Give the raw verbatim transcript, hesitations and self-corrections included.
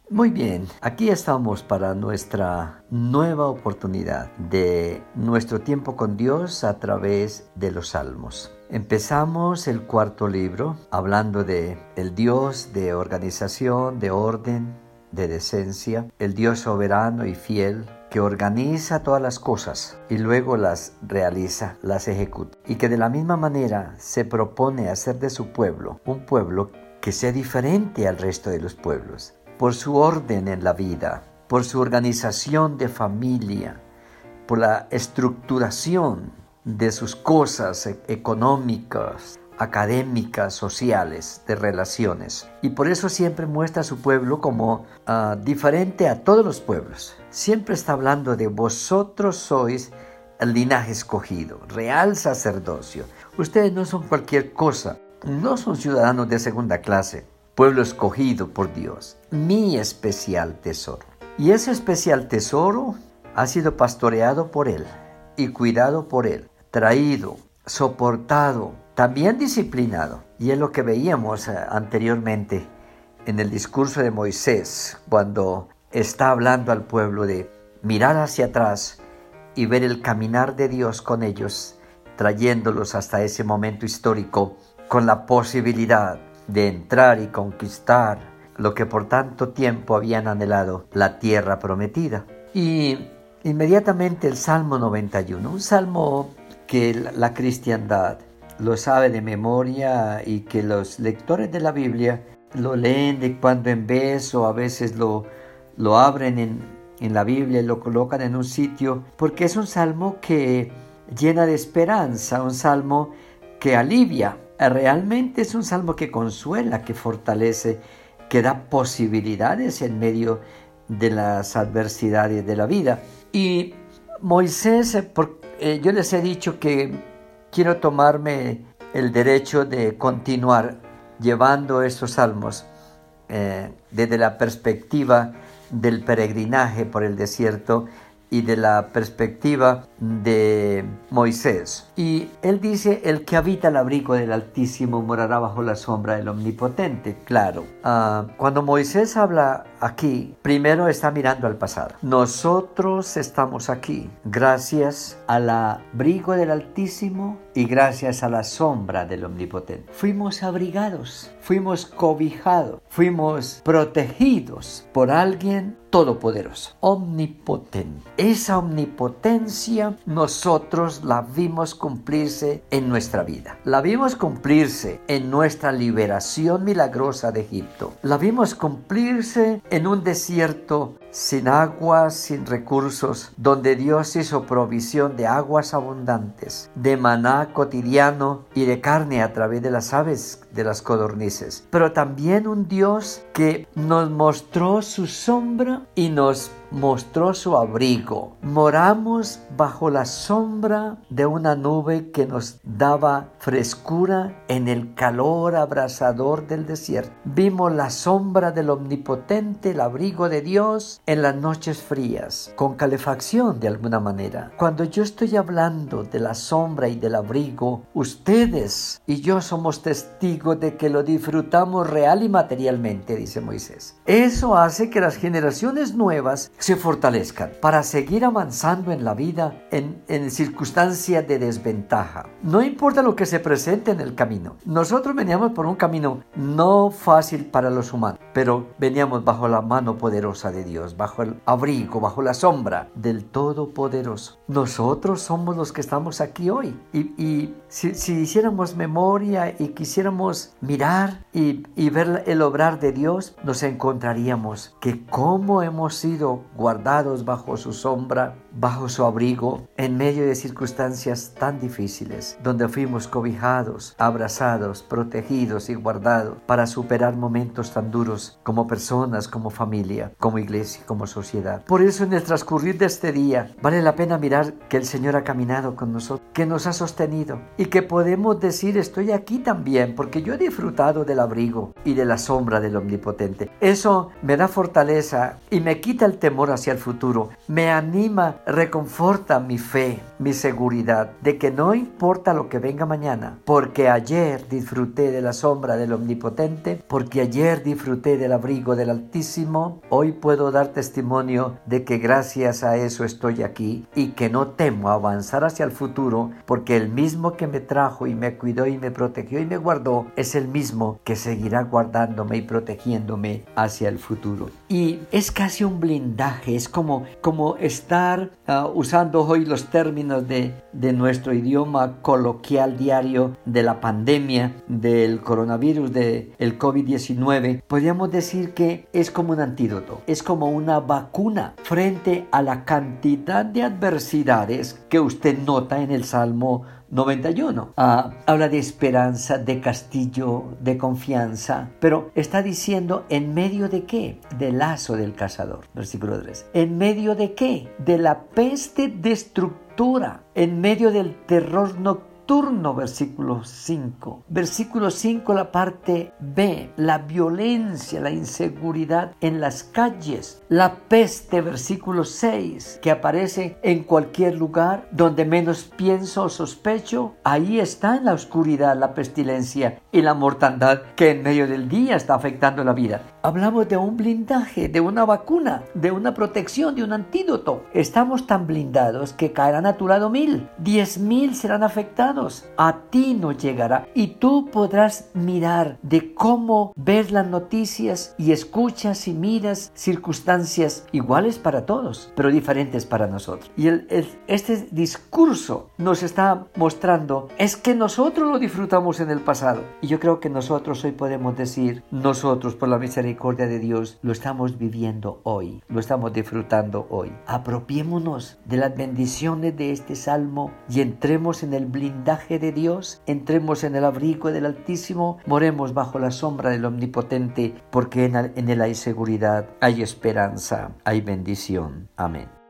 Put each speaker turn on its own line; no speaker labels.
Muy bien, aquí estamos para nuestra nueva oportunidad de nuestro tiempo con Dios a través de los Salmos. Empezamos el cuarto libro hablando de el Dios de organización, de orden, de decencia, el Dios soberano y fiel que organiza todas las cosas y luego las realiza, las ejecuta, y que de la misma manera se propone hacer de su pueblo un pueblo que sea diferente al resto de los pueblos, por su orden en la vida, por su organización de familia, por la estructuración de sus cosas económicas, académicas, sociales, de relaciones. Y por eso siempre muestra a su pueblo como uh, diferente a todos los pueblos. Siempre está hablando de vosotros sois el linaje escogido, real sacerdocio. Ustedes no son cualquier cosa, no son ciudadanos de segunda clase. Pueblo escogido por Dios, mi especial tesoro. Y ese especial tesoro ha sido pastoreado por Él y cuidado por Él, traído, soportado, también disciplinado. Y es lo que veíamos anteriormente en el discurso de Moisés, cuando está hablando al pueblo de mirar hacia atrás y ver el caminar de Dios con ellos, trayéndolos hasta ese momento histórico con la posibilidad de entrar y conquistar lo que por tanto tiempo habían anhelado, la tierra prometida. Y inmediatamente el Salmo noventa y uno, un salmo que la cristiandad lo sabe de memoria y que los lectores de la Biblia lo leen de cuando en vez, o a veces lo, lo abren en, en la Biblia y lo colocan en un sitio, porque es un salmo que llena de esperanza, un salmo que alivia. Realmente es un salmo que consuela, que fortalece, que da posibilidades en medio de las adversidades de la vida. Y Moisés, por, eh, yo les he dicho que quiero tomarme el derecho de continuar llevando estos salmos eh, desde la perspectiva del peregrinaje por el desierto y de la perspectiva de Moisés. Y él dice, el que habita el abrigo del Altísimo morará bajo la sombra del Omnipotente. Claro, uh, cuando Moisés habla aquí, primero está mirando al pasado. Nosotros estamos aquí gracias al abrigo del Altísimo y gracias a la sombra del Omnipotente. Fuimos abrigados, fuimos cobijados, fuimos protegidos por alguien todopoderoso, omnipotente. Esa omnipotencia nosotros la vimos cumplirse en nuestra vida. La vimos cumplirse en nuestra liberación milagrosa de Egipto. La vimos cumplirse en un desierto sin agua, sin recursos, donde Dios hizo provisión de aguas abundantes, de maná cotidiano y de carne a través de las aves, de las codornices. Pero también un Dios que nos mostró su sombra y nos mostró su abrigo. Moramos bajo la sombra de una nube que nos daba frescura en el calor abrasador del desierto. Vimos la sombra del Omnipotente, el abrigo de Dios en las noches frías, con calefacción de alguna manera. Cuando yo estoy hablando de la sombra y del abrigo, ustedes y yo somos testigos de que lo disfrutamos real y materialmente, dice Moisés. Eso hace que las generaciones nuevas se fortalezcan para seguir avanzando en la vida en, en circunstancias de desventaja. No importa lo que se presente en el camino. Nosotros veníamos por un camino no fácil para los humanos, pero veníamos bajo la mano poderosa de Dios, bajo el abrigo, bajo la sombra del Todopoderoso. Nosotros somos los que estamos aquí hoy. Y, y si, si hiciéramos memoria y quisiéramos mirar y, y ver el obrar de Dios, nos encontraríamos que cómo hemos sido guardados bajo su sombra, bajo su abrigo, en medio de circunstancias tan difíciles, donde fuimos cobijados, abrazados, protegidos y guardados para superar momentos tan duros como personas, como familia, como iglesia. como sociedad. Por eso en el transcurrir de este día vale la pena mirar que el Señor ha caminado con nosotros, que nos ha sostenido y que podemos decir estoy aquí también porque yo he disfrutado del abrigo y de la sombra del Omnipotente. Eso me da fortaleza y me quita el temor hacia el futuro, me anima, reconforta mi fe, mi seguridad de que no importa lo que venga mañana, porque ayer disfruté de la sombra del Omnipotente, porque ayer disfruté del abrigo del Altísimo, hoy puedo dar testimonio de que gracias a eso estoy aquí y que no temo avanzar hacia el futuro, porque el mismo que me trajo y me cuidó y me protegió y me guardó es el mismo que seguirá guardándome y protegiéndome hacia el futuro. Y es casi un blindaje, es como, como estar uh, usando hoy los términos de, de nuestro idioma coloquial diario de la pandemia, del coronavirus, del covid diecinueve. Podríamos decir que es como un antídoto, es como una vacuna frente a la cantidad de adversidades que usted nota en el Salmo noventa y uno. Ah, habla de esperanza, de castillo, de confianza, pero está diciendo ¿en medio de qué? Del lazo del cazador, versículo tres. ¿En medio de qué? De la peste destructora, en medio del terror nocturno. Turno, versículo cinco. Versículo cinco, la parte B, la violencia, la inseguridad en las calles. La peste, versículo seis, que aparece en cualquier lugar donde menos pienso o sospecho. Ahí está en la oscuridad la pestilencia y la mortandad que en medio del día está afectando la vida. Hablamos de un blindaje, de una vacuna, de una protección, de un antídoto. Estamos tan blindados que caerán a tu lado mil, diez mil serán afectados. A ti no llegará y tú podrás mirar de cómo ves las noticias y escuchas y miras circunstancias iguales para todos, pero diferentes para nosotros. Y el, el, este discurso nos está mostrando es que nosotros lo disfrutamos en el pasado y yo creo que nosotros hoy podemos decir, nosotros por la misericordia de Dios lo estamos viviendo hoy, lo estamos disfrutando hoy. Apropiémonos de las bendiciones de este salmo y entremos en el blindaje de Dios, entremos en el abrigo del Altísimo, moremos bajo la sombra del Omnipotente, porque en él hay seguridad, hay esperanza, hay bendición. Amén.